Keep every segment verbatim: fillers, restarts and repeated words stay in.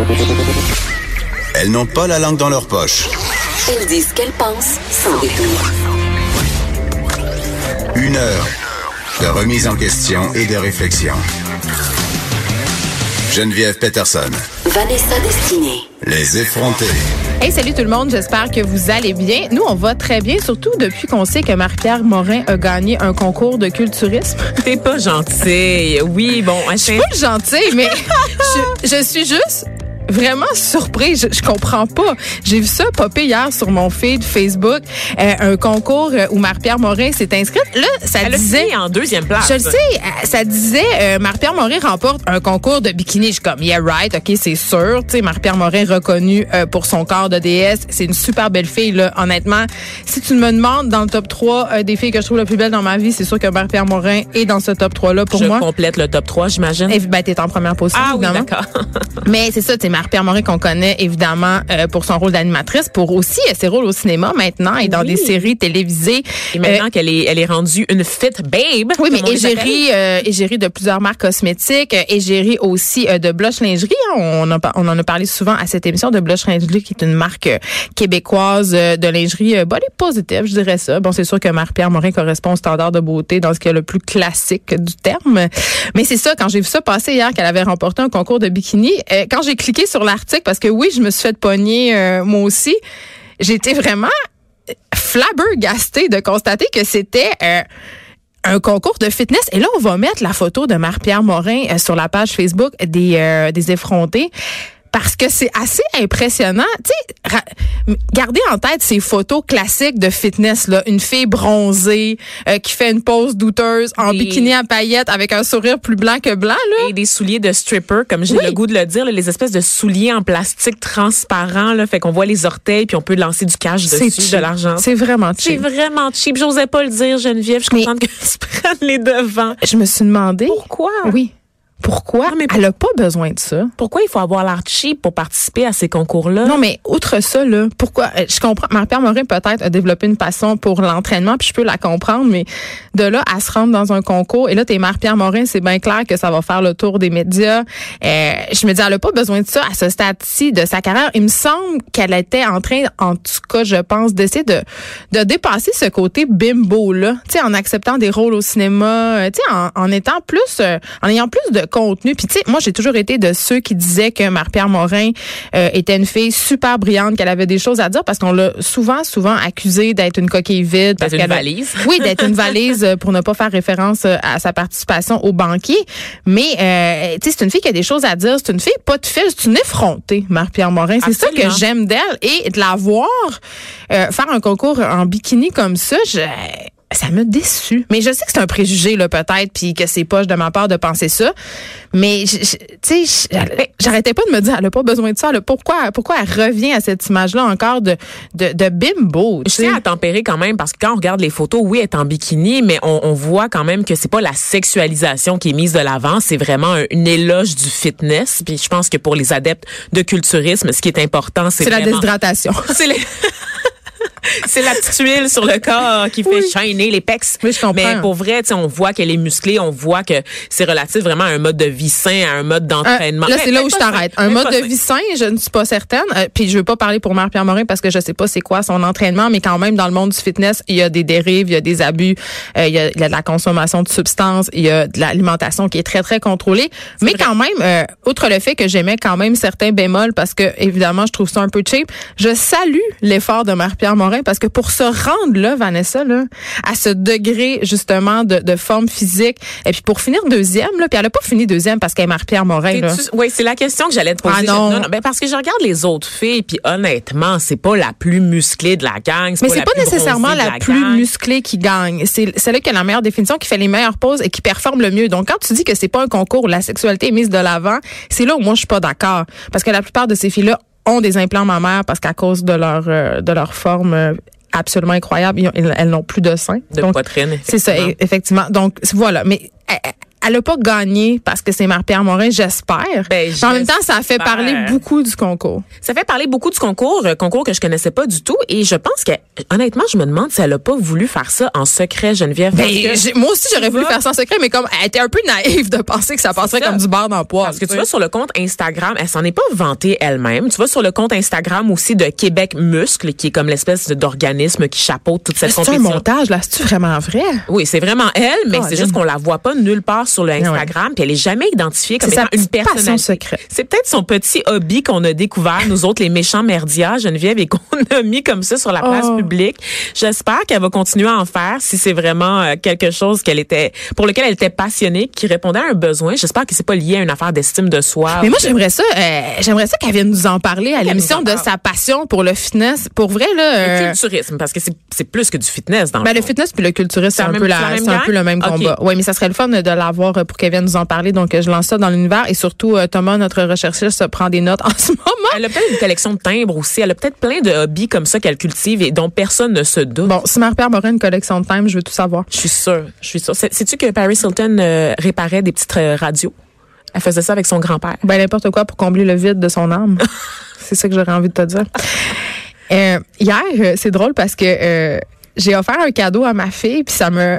Elles n'ont pas la langue dans leur poche. Elles disent ce qu'elles pensent sans détour. Une heure de remise en question et de réflexion. Geneviève Peterson. Vanessa Destinée. Les effrontés. Hey, salut tout le monde, j'espère que vous allez bien. Nous, on va très bien, surtout depuis qu'on sait que Marie-Pierre Morin a gagné un concours de culturisme. T'es pas gentille. Oui, bon. Je suis pas gentille, mais je, je suis juste... vraiment surprise, je, je comprends pas. J'ai vu ça popper hier sur mon feed Facebook, euh, un concours où Marie-Pierre Morin s'est inscrite. Là, ça Elle disait a en deuxième place. Je le sais, ça disait euh, Marie-Pierre Morin remporte un concours de bikini. Je suis comme yeah right, ok, c'est sûr. Tu sais, Marie-Pierre Morin reconnue euh, pour son corps de déesse, c'est une super belle fille là. Honnêtement, si tu me demandes dans le top trois euh, des filles que je trouve la plus belle dans ma vie, c'est sûr que Marie-Pierre Morin est dans ce top trois là pour je moi. Je complète le top trois, j'imagine. Et ben t'es en première position. Ah évidemment. oui, d'accord. Mais c'est ça, tu sais, Marie-Pierre Morin qu'on connaît évidemment euh, pour son rôle d'animatrice, pour aussi euh, ses rôles au cinéma maintenant et dans oui. des séries télévisées. Et maintenant euh, qu'elle est, elle est rendue une fit babe. Oui, mais égérie, euh, égérie de plusieurs marques cosmétiques, euh, égérie aussi euh, de Blush Lingerie. Hein, on, a, on en a parlé souvent à cette émission de Blush Lingerie, qui est une marque euh, québécoise euh, de lingerie euh, body positive, je dirais ça. Bon, c'est sûr que Marie-Pierre Morin correspond au standard de beauté dans ce qui est le plus classique du terme. Mais c'est ça, quand j'ai vu ça passer hier, qu'elle avait remporté un concours de bikini, euh, quand j'ai cliqué sur l'article, parce que oui, je me suis fait pogner euh, moi aussi, j'ai été vraiment flabbergastée de constater que c'était euh, un concours de fitness. Et là, on va mettre la photo de Marie-Pierre Morin euh, sur la page Facebook des, euh, des effrontés. Parce que c'est assez impressionnant. Tu sais, ra- gardez en tête ces photos classiques de fitness, là. Une fille bronzée, euh, qui fait une pose douteuse, en des... bikini à paillettes, avec un sourire plus blanc que blanc, là. Et des souliers de stripper, comme j'ai oui. le goût de le dire, là, les espèces de souliers en plastique transparent, là, fait qu'on voit les orteils, puis on peut lancer du cash c'est dessus, cheap. de l'argent. C'est vraiment cheap. C'est vraiment cheap. J'osais pas le dire, Geneviève. Je suis contente que tu prennes les devants. Je me suis demandé... Pourquoi? Oui. Pourquoi? Non, mais elle a pas besoin de ça. Pourquoi il faut avoir l'air cheap pour participer à ces concours-là? Non, mais outre ça, là, pourquoi? Je comprends. Marie-Pierre Morin, peut-être, a développé une passion pour l'entraînement, puis je peux la comprendre, mais de là à se rendre dans un concours, et là, t'es Marie-Pierre Morin, c'est bien clair que ça va faire le tour des médias. Euh, je me dis, elle a pas besoin de ça à ce stade-ci de sa carrière. Il me semble qu'elle était en train, en tout cas, je pense, d'essayer de, de dépasser ce côté bimbo-là, tu sais, en acceptant des rôles au cinéma, tu sais, en, en étant plus, euh, en ayant plus de contenu. Puis tu sais, moi j'ai toujours été de ceux qui disaient que Marie-Pierre Morin euh, était une fille super brillante, qu'elle avait des choses à dire, parce qu'on l'a souvent, souvent accusée d'être une coquille vide. D'être une valise. A, oui, d'être une valise pour ne pas faire référence à sa participation au banquier. Mais euh, tu sais, c'est une fille qui a des choses à dire. C'est une fille pas de fil, c'est une effrontée, Marie-Pierre Morin. C'est Absolument. Ça que j'aime d'elle. Et de la voir euh, faire un concours en bikini comme ça, je... ça m'a déçue. Mais je sais que c'est un préjugé, là, peut-être, puis que c'est poche de ma part de penser ça. Mais, tu sais, j'arrêtais pas de me dire, elle a pas besoin de ça. Là, pourquoi, pourquoi elle revient à cette image-là encore de, de, de bimbo? Je tiens à tempérer quand même, parce que quand on regarde les photos, oui, elle est en bikini, mais on, on voit quand même que c'est pas la sexualisation qui est mise de l'avant, c'est vraiment un, une éloge du fitness. Puis je pense que pour les adeptes de culturisme, ce qui est important, c'est, c'est vraiment... la déshydratation. C'est les... C'est la petite huile sur le corps qui fait oui. shiner les pecs. Oui, je comprends. Mais pour vrai, on voit qu'elle est musclée, on voit que c'est relatif vraiment à un mode de vie sain, à un mode d'entraînement. Euh, là, c'est là où je t'arrête. Un mode de vie sain, je ne suis pas certaine. Euh, puis je veux pas parler pour Marie-Pierre Morin parce que je sais pas c'est quoi son entraînement, mais quand même, dans le monde du fitness, il y a des dérives, il y a des abus, euh, il, y a, il y a de la consommation de substances, il y a de l'alimentation qui est très, très contrôlée. C'est mais vrai. Quand même, euh, outre le fait que j'aimais quand même certains bémols parce que, évidemment, je trouve ça un peu cheap, je salue l'effort de Marie-Pierre Morin parce que pour se rendre là, Vanessa, là, à ce degré justement de, de forme physique, et puis pour finir deuxième, là, puis elle a pas fini deuxième parce qu'elle est Marie-Pierre Morin. Là. Oui, c'est la question que j'allais te poser. Ah non. non, non ben parce que je regarde les autres filles, puis honnêtement, c'est pas la plus musclée de la gang. C'est Mais pas c'est la pas plus nécessairement la, la plus gang. musclée qui gagne. C'est celle qui a la meilleure définition, qui fait les meilleures poses et qui performe le mieux. Donc quand tu dis que c'est pas un concours où la sexualité est mise de l'avant, c'est là où moi je suis pas d'accord, parce que la plupart de ces filles-là ont des implants mammaires parce qu'à cause de leur euh, de leur forme euh, absolument incroyable, elles, elles n'ont plus de seins. De Donc, poitrine. C'est ça, effectivement. Donc voilà, mais elle a pas gagné parce que c'est Marie-Pierre Morin, j'espère. Ben, Mais en même temps, ça a fait parler beaucoup du concours. Ça fait parler beaucoup du concours, euh, concours que je connaissais pas du tout. Et je pense que, honnêtement, je me demande si elle a pas voulu faire ça en secret, Geneviève. Ben, moi aussi, j'aurais voulu faire ça en secret, mais comme elle était un peu naïve de penser que ça passerait comme du beurre dans le poire. Parce que tu vas sur le compte Instagram, elle s'en est pas vantée elle-même. Tu vas sur le compte Instagram aussi de Québec Muscle, qui est comme l'espèce d'organisme qui chapeaute toute cette compétition. C'est un montage, là. C'est-tu vraiment vrai? Oui, c'est vraiment elle, mais oh, c'est juste qu'on la voit pas nulle part sur le Instagram, ouais. puis elle est jamais identifiée comme c'est étant une personnalité. Secret. C'est peut-être son petit hobby qu'on a découvert, nous autres, les méchants merdias, Geneviève, et qu'on a mis comme ça sur la place oh. publique. J'espère qu'elle va continuer à en faire si c'est vraiment euh, quelque chose qu'elle était, pour lequel elle était passionnée, qui répondait à un besoin. J'espère que c'est pas lié à une affaire d'estime de soi. Mais moi, j'aimerais ça, euh, j'aimerais ça qu'elle vienne nous en parler à l'émission de sa passion pour le fitness. Pour vrai, là. Euh... Le culturisme, parce que c'est, c'est plus que du fitness dans ben, le le fitness puis le culturisme, c'est, un, peu la, c'est un peu le même okay. combat. Oui, mais ça serait le fun de l'avoir pour qu'elle vienne nous en parler. Donc, je lance ça dans l'univers. Et surtout, Thomas, notre recherchiste, prend des notes en ce moment. Elle a peut-être une collection de timbres aussi. Elle a peut-être plein de hobbies comme ça qu'elle cultive et dont personne ne se doute. Bon, si Marie-Pierre Morin a une collection de timbres, je veux tout savoir. Je suis sûre. Je suis sûre. Sais-tu que Paris Hilton euh, réparait des petites euh, radios? Elle faisait ça avec son grand-père. Ben, n'importe quoi pour combler le vide de son âme. C'est ça que j'aurais envie de te dire. Euh, hier, c'est drôle parce que euh, j'ai offert un cadeau à ma fille, puis ça me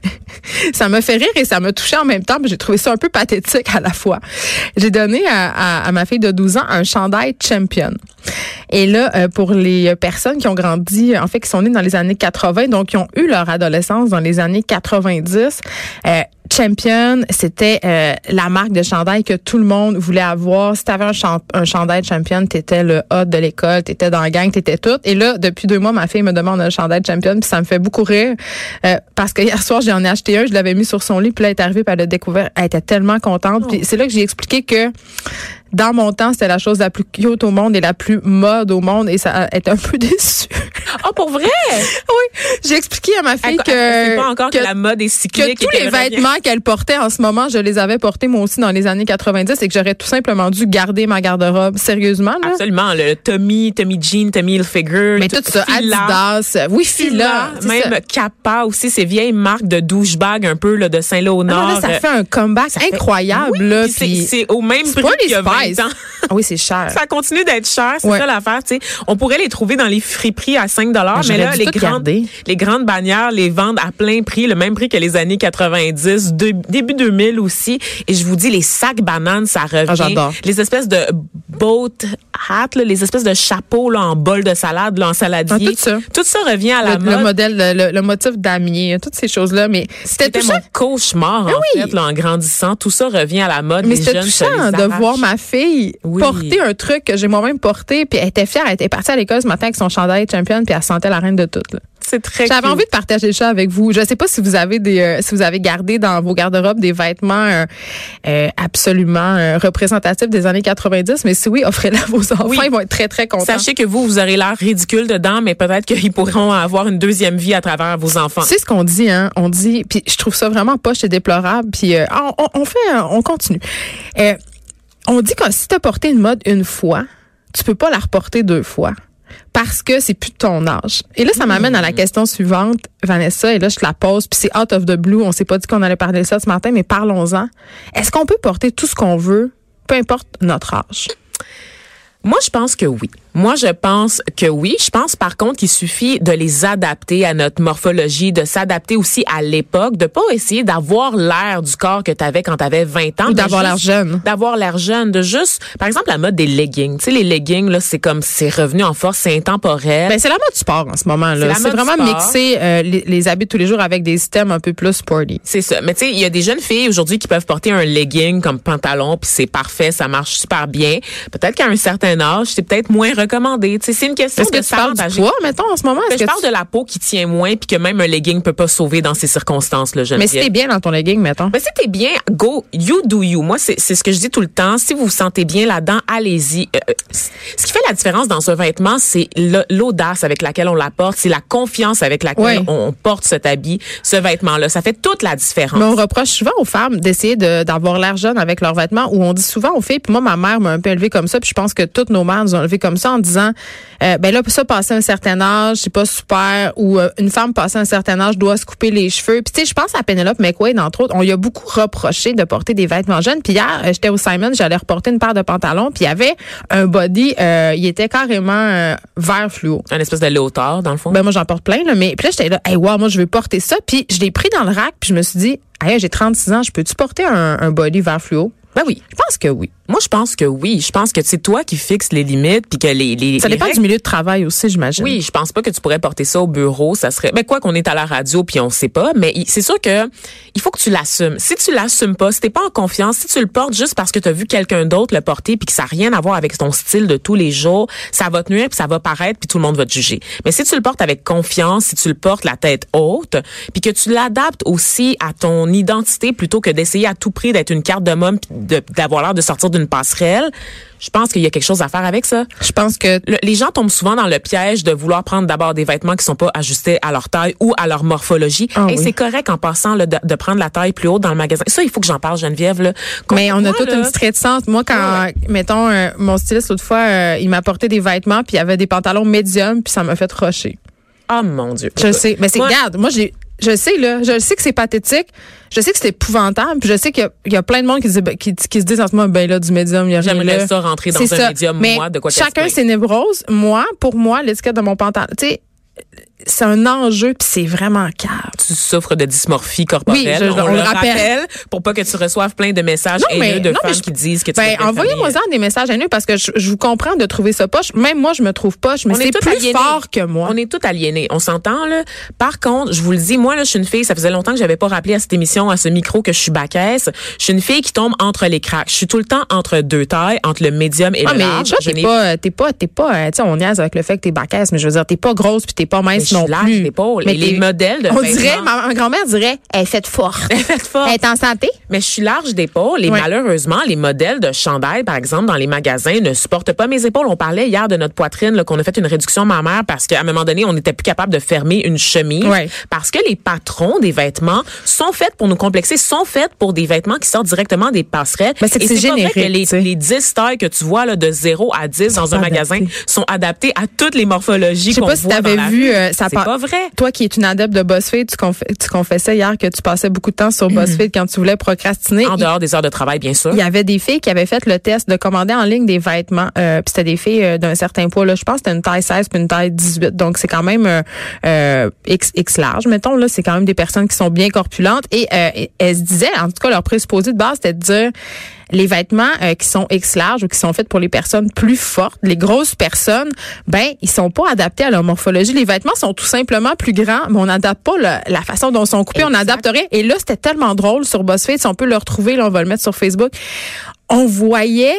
ça me fait rire et ça me touchait en même temps, puis j'ai trouvé ça un peu pathétique à la fois. J'ai donné à, à, à ma fille de douze ans un chandail Champion. Et là, euh, pour les personnes qui ont grandi, en fait, qui sont nées dans les années quatre-vingts, donc qui ont eu leur adolescence dans les années quatre-vingt-dix, euh, Champion, c'était euh, la marque de chandail que tout le monde voulait avoir. Si t'avais un, champ- un chandail Champion, t'étais le hot de l'école, t'étais dans la gang, t'étais tout. Et là, depuis deux mois, ma fille me demande un chandail Champion, puis ça me fait beaucoup rire euh, parce que hier soir, j'en ai acheté un, je l'avais mis sur son lit, puis là, elle est arrivée, puis elle a découvert, elle était tellement contente. Puis c'est là que j'ai expliqué que dans mon temps, c'était la chose la plus cute au monde et la plus mode au monde, et ça est un peu déçue. Oh, pour vrai? Oui. J'ai expliqué à ma fille elle, que, elle pas encore que, que la mode est cyclique. Que tous les vêtements revient. Qu'elle portait en ce moment, je les avais portés moi aussi dans les années quatre-vingt-dix et que j'aurais tout simplement dû garder ma garde-robe. Sérieusement, là. Absolument. Le Tommy, Tommy Jean, Tommy Hilfiger. Mais tout, tout ça, Fila, Adidas. Oui, Fila. Fila même ça. Kappa aussi, ces vieilles marques de douchebag un peu, là, de Saint-Léonard. Ah, là, ça fait un comeback ça incroyable, fait, oui, là. Puis c'est, c'est au même c'est prix qu'il y a vingt ans. Ah oui, c'est cher. Ça continue d'être cher, c'est ouais. ça l'affaire, tu sais. On pourrait les trouver dans les friperies à cinq dollars, mais là, les grandes, les grandes bannières les vendent à plein prix, le même prix que les années quatre-vingt-dix, de, début deux mille aussi. Et je vous dis, les sacs bananes, ça revient. Ah, j'adore. Les espèces de boat hat, là, les espèces de chapeaux là, en bol de salade, là, en saladier. Ah, tout ça. Tout ça revient à la le, mode. Le modèle, le, le motif damier, toutes ces choses-là. Mais c'était, c'était touchant. mon cauchemar, mais en oui. fait, là, en grandissant. Tout ça revient à la mode. Mais les c'était jeunes touchant de voir ma fille oui. porter un truc que j'ai moi-même porté, puis elle était fière. Elle était partie à l'école ce matin avec son chandail Champion, puis elle sentait la reine de toutes. Là. C'est très J'avais cute. envie de partager ça avec vous. Je sais pas si vous avez des, euh, si vous avez gardé dans vos garde-robes des vêtements euh, euh, absolument euh, représentatifs des années quatre-vingt-dix, mais si oui, offrez-les à vos enfants, oui. Ils vont être très très contents. Sachez que vous, vous aurez l'air ridicule dedans, mais peut-être qu'ils pourront avoir une deuxième vie à travers vos enfants. C'est ce qu'on dit, hein. On dit, puis je trouve ça vraiment poche et déplorable. Puis euh, on, on fait, on continue. Euh, on dit que si t'as porté une mode une fois, tu peux pas la reporter deux fois. Parce que c'est plus de ton âge. Et là, ça m'amène à la question suivante, Vanessa, et là, je te la pose, puis c'est out of the blue, on s'est pas dit qu'on allait parler de ça ce matin, mais parlons-en. Est-ce qu'on peut porter tout ce qu'on veut, peu importe notre âge? Moi, je pense que oui. Moi, je pense que oui. Je pense, par contre, qu'il suffit de les adapter à notre morphologie, de s'adapter aussi à l'époque, de pas essayer d'avoir l'air du corps que tu avais quand tu avais vingt ans. Ou d'avoir l'air jeune. D'avoir l'air jeune, de juste, par exemple, la mode des leggings. Tu sais, les leggings, là, c'est comme, c'est revenu en force, c'est intemporel. Ben, c'est la mode sport en ce moment, là. C'est, c'est vraiment mixer euh, les, les habits de tous les jours avec des systèmes un peu plus sporty. C'est ça. Mais tu sais, il y a des jeunes filles aujourd'hui qui peuvent porter un legging comme pantalon, puis c'est parfait, ça marche super bien. Peut-être qu'à un certain âge, c'est peut-être moins recommandé. T'sais, c'est une question Est-ce de que tu parles du poids, mettons, en ce moment? Est-ce que je parle tu... de la peau qui tient moins puis que même un legging peut pas sauver dans ces circonstances-là, Geneviève. Mais si t'es bien dans ton legging, mettons. Mais si t'es bien, go, you do you. Moi, c'est, c'est ce que je dis tout le temps. Si vous vous sentez bien là-dedans, allez-y. Euh, ce qui fait la différence dans un vêtement, c'est l'audace avec laquelle on la porte, c'est la confiance avec laquelle oui. on porte cet habit, ce vêtement-là. Ça fait toute la différence. Mais on reproche souvent aux femmes d'essayer de, d'avoir l'air jeune avec leurs vêtements, où on dit souvent aux filles, puis moi, ma mère m'a un peu élevée comme ça, puis je pense que toutes nos mères nous ont élevées comme ça, ça en disant, euh, ben là, ça, passer un certain âge, c'est pas super, ou euh, une femme passée un certain âge doit se couper les cheveux. Puis tu sais, je pense à Penelope McQuaid, entre autres, on lui a beaucoup reproché de porter des vêtements jeunes. Puis hier, euh, j'étais au Simon, j'allais reporter une paire de pantalons, puis il y avait un body, euh, il était carrément euh, vert fluo. Un espèce de léotard, dans le fond. Ben moi, j'en porte plein, là, mais puis là, j'étais là, hey, wow, moi, je veux porter ça. Puis je l'ai pris dans le rack, puis je me suis dit, hey, j'ai trente-six ans, je peux-tu porter un, un body vert fluo? Ben oui. Je pense que oui. Moi, je pense que oui. Je pense que c'est toi qui fixes les limites puis que les les ça les dépend règles... du milieu de travail aussi, j'imagine. Oui, je pense pas que tu pourrais porter ça au bureau, ça serait ben quoi qu'on est à la radio puis on sait pas, mais c'est sûr que il faut que tu l'assumes. Si tu l'assumes pas, si t'es pas en confiance, si tu le portes juste parce que tu as vu quelqu'un d'autre le porter puis que ça a rien à voir avec ton style de tous les jours, ça va te nuire puis ça va paraître puis tout le monde va te juger. Mais si tu le portes avec confiance, si tu le portes la tête haute, puis que tu l'adaptes aussi à ton identité plutôt que d'essayer à tout prix d'être une carte de môme puis de, d'avoir l'air de sortir d'une passerelle, je pense qu'il y a quelque chose à faire avec ça. Je pense que le, les gens tombent souvent dans le piège de vouloir prendre d'abord des vêtements qui sont pas ajustés à leur taille ou à leur morphologie. Oh, et oui. c'est correct en passant là, de, de prendre la taille plus haute dans le magasin. Ça, il faut que j'en parle, Geneviève. Là. Mais on a moi, toute là, une petite réticence. Moi, quand, ouais. mettons, euh, mon styliste, l'autre fois, euh, il m'a apporté des vêtements, puis il y avait des pantalons médiums, puis ça m'a fait rusher. Oh mon Dieu. Je sais. Mais c'est, moi, regarde, moi, j'ai, je sais, là, je sais que c'est pathétique. Je sais que c'est épouvantable. Puis je sais qu'il y a, il y a plein de monde qui, dit, qui, qui se disent en ce moment, ben là, du médium, il y a rien j'aimerais là. ça rentrer dans C'est un ça. médium, Mais moi, de quoi chacun t'expliques. ses névroses. Moi, pour moi, l'étiquette de mon pantalon, tu sais, c'est un enjeu, puis c'est vraiment cave. Tu souffres de dysmorphie corporelle. Oui, je- on, on le le rappelle. rappelle pour pas que tu reçoives plein de messages Non, mais- haineux de non, mais femmes je- qui disent que tu Ben, devrais envoyez-moi famille. en des messages haineux parce que je, je vous comprends de trouver ça poche. Même moi, je me trouve poche, mais On est c'est tous plus aliénés. fort que moi. On est tous aliénés. On s'entend, là. Par contre, je vous le dis, moi, là, je suis une fille, ça faisait longtemps que j'avais pas rappelé à cette émission, à ce micro, que je suis baquesse. Je suis une fille qui tombe entre les cracks. Je suis tout le temps entre deux tailles, entre le médium et Ah, le mais large. toi, Je t'es n'ai- pas, t'es pas, t'es pas, euh, tu sais, on niaise avec le fait que t'es baquesse, mais je veux dire, t'es pas grosse puis t'es pas Mais mince je suis non large plus. d'épaule. Mais Et les t'es- modèles de on vêtements- dirait, ma, ma grand-mère dirait, elle est faite forte. Elle est faite forte. Elle est en santé. Mais je suis large d'épaule et Ouais. malheureusement, les modèles de chandail, par exemple, dans les magasins, ne supportent pas mes épaules. On parlait hier de notre poitrine, là, qu'on a fait une réduction mammaire parce qu'à un moment donné, on n'était plus capable de fermer une chemise. Ouais. Parce que les patrons des vêtements sont faits pour nous complexer, sont faits pour des vêtements qui sortent directement des passerelles. Mais c'est que Et c'est pas vrai générique, que les, tu sais. les dix tailles que tu vois là, de zéro à dix dans Sont un pas magasin adaptées. sont adaptées à toutes les morphologies Je sais qu'on pas si voit t'avais dans la vu, rue. euh, ça C'est par- pas vrai. Toi qui es une adepte de BuzzFeed, tu, conf- tu confessais hier que tu passais beaucoup de temps sur BuzzFeed quand tu voulais procrastiner. En Il- dehors des heures de travail, bien sûr. Il y avait des filles qui avaient fait le test de commander en ligne des vêtements. Euh, puis c'était des filles euh, d'un certain poids. Là, je pense que c'était une taille seize puis une taille dix-huit. Donc, c'est quand même euh, euh, X, X large, mettons. Là, c'est quand même des personnes qui sont bien corpulentes. Et euh, et- elles se disaient, en tout cas, leur présupposé de base, c'était de dire les vêtements euh, qui sont X large ou qui sont faits pour les personnes plus fortes, les grosses personnes, ben ils sont pas adaptés à leur morphologie. Les vêtements sont tout simplement plus grands, mais on n'adapte pas le- la façon dont ils sont coupés. Exact. On adapterait. Et là, c'était tellement drôle sur BuzzFeed. Si on peut le retrouver, là, on va le mettre sur Facebook. On voyait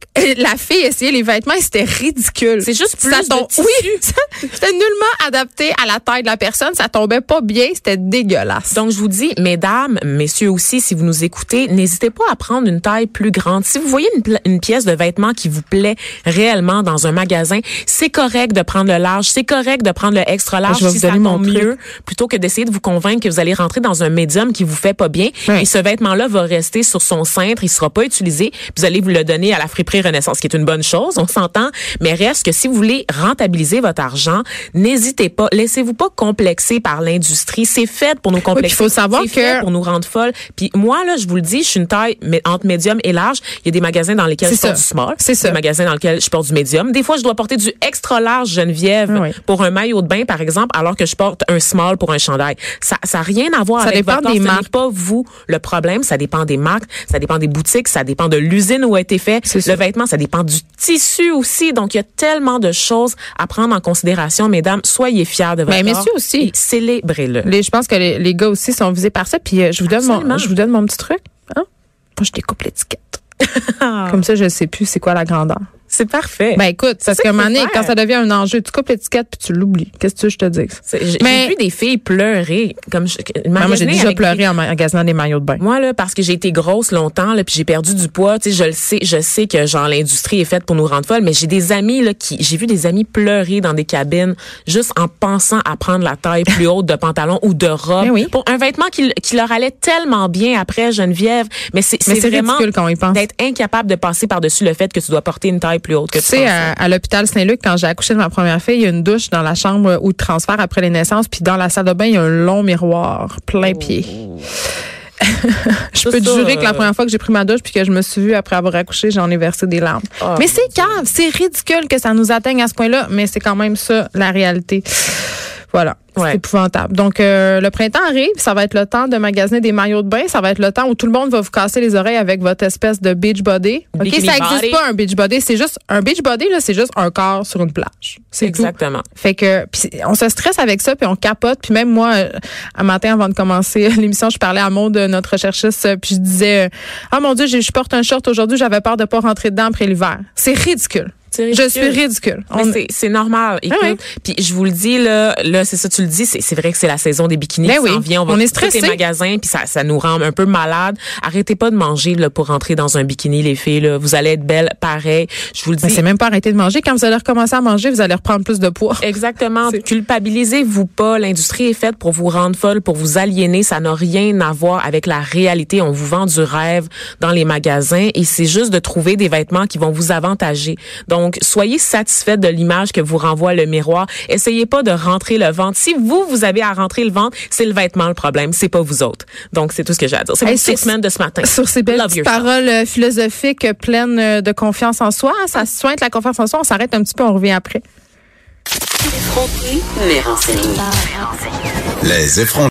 la fille essayer les vêtements et c'était ridicule. C'est juste plus Ça de tom- tissu. Oui, ça- c'était nullement adapté à la taille de la personne. Ça tombait pas bien, c'était dégueulasse. Donc, je vous dis, mesdames, messieurs aussi, si vous nous écoutez, n'hésitez pas à prendre une taille plus grande. Si vous voyez une, pla- une pièce de vêtement qui vous plaît réellement dans un magasin, c'est correct de prendre le large, c'est correct de prendre le extra large Je vais si vous ça donner mon tombe truc. mieux, plutôt que d'essayer de vous convaincre que vous allez rentrer dans un médium qui vous fait pas bien. Ouais. Et ce vêtement-là va rester sur son cintre, il sera pas utilisé, puis vous allez vous le donner à la friperie Renaissance, qui est une bonne chose, on s'entend, mais reste que si vous voulez rentabiliser votre argent, n'hésitez pas, laissez-vous pas complexer par l'industrie, c'est fait pour nous complexer. puis il faut savoir C'est fait que- pour nous rendre folles. Puis moi là, je vous le dis, je suis une taille mais entre médium et large. Il y a des magasins dans lesquels C'est je porte ça. du small, C'est ça. des magasins dans lesquels je porte du médium. Des fois, je dois porter du extra large Geneviève Ah oui. pour un maillot de bain par exemple, alors que je porte un small pour un chandail. Ça ça a rien à voir Ça avec dépend votre corps. des Ce n'est marques. pas vous le problème, ça dépend des marques, ça dépend des boutiques, ça dépend de l'usine où a été fait. C'est Le ça. vêtement, ça dépend du tissu aussi. Donc il y a tellement de choses à prendre en considération, mesdames. Soyez fiers de votre Ben, corps messieurs aussi. et célébrez-le. Les, je pense que les, les gars aussi sont visés par ça. Puis euh, je vous donne mon, Absolument. je vous donne mon petit truc. Hein? Moi, je découpe l'étiquette. Comme ça, je sais plus c'est quoi la grandeur. C'est parfait. Ben écoute, parce ça qu'à un qu'il moment faut donné, faire. quand ça devient un enjeu, tu coupes l'étiquette puis tu l'oublies. Qu'est-ce que tu veux que je te dise? C'est- J'ai Mais- j'ai vu des filles pleurer. Comme je, Ben, moi, j'ai magasiner déjà avec pleuré des- en magasinant des maillots de bain. Moi là, parce que j'ai été grosse longtemps là, puis j'ai perdu du poids. Tu sais, je le sais, je sais que genre l'industrie est faite pour nous rendre folles, mais j'ai des amis là qui, j'ai vu des amis pleurer dans des cabines juste en pensant à prendre la taille plus haute de pantalon ou de robe Ben oui. pour un vêtement qui, qui leur allait tellement bien après Geneviève. Mais c'est Mais c'est c'est vraiment ridicule quand on y pense. d'être incapable de passer par dessus le fait que tu dois porter une taille taille plus haute que tu sais, à, à l'hôpital Saint-Luc, quand j'ai accouché de ma première fille, il y a une douche dans la chambre où de transfert après les naissances, puis dans la salle de bain, il y a un long miroir plein pied. Oh. Je peux te jurer que la première fois que j'ai pris ma douche puis que je me suis vue après avoir accouché, j'en ai versé des larmes. Oh, mais c'est cave, c'est ridicule que ça nous atteigne à ce point-là, mais c'est quand même ça la réalité. Voilà. C'est ouais. épouvantable. Donc, euh, le printemps arrive, ça va être le temps de magasiner des maillots de bain, ça va être le temps où tout le monde va vous casser les oreilles avec votre espèce de beach body. OK, ça n'existe pas un beach body, c'est juste un beach body là, c'est juste un corps sur une plage. C'est exactement. Tout. Fait que pis on se stresse avec ça puis on capote, puis même moi un matin avant de commencer l'émission, je parlais à Maud, notre recherchiste, puis je disais "Ah mon dieu, je porte un short aujourd'hui, j'avais peur de pas rentrer dedans après l'hiver." C'est ridicule. Je suis ridicule. On... C'est, c'est normal. Écoute, ah oui. Puis je vous le dis là, là c'est ça tu le dis, c'est, c'est vrai que c'est la saison des bikinis ben qui oui. s'en vient. On va on est stressé. Les magasins puis ça, ça nous rend un peu malades. Arrêtez pas de manger là pour rentrer dans un bikini les filles là. Vous allez être belles pareil. Je vous le dis. Mais c'est même pas arrêter de manger. Quand vous allez recommencer à manger, vous allez reprendre plus de poids. Exactement. C'est... Culpabilisez-vous pas. L'industrie est faite pour vous rendre folle, pour vous aliéner. Ça n'a rien à voir avec la réalité. On vous vend du rêve dans les magasins et c'est juste de trouver des vêtements qui vont vous avantager. Donc soyez satisfaits de l'image que vous renvoie le miroir. Essayez pas de rentrer le ventre. Si vous, vous avez à rentrer le ventre, c'est le vêtement le problème, c'est pas vous autres. Donc, c'est tout ce que j'ai à dire. C'est mon statement de ce matin. Sur ces belles petites paroles philosophiques pleines de confiance en soi, ça se soigne la confiance en soi, on s'arrête un petit peu, on revient après. Mais renseigné. Les effrontés.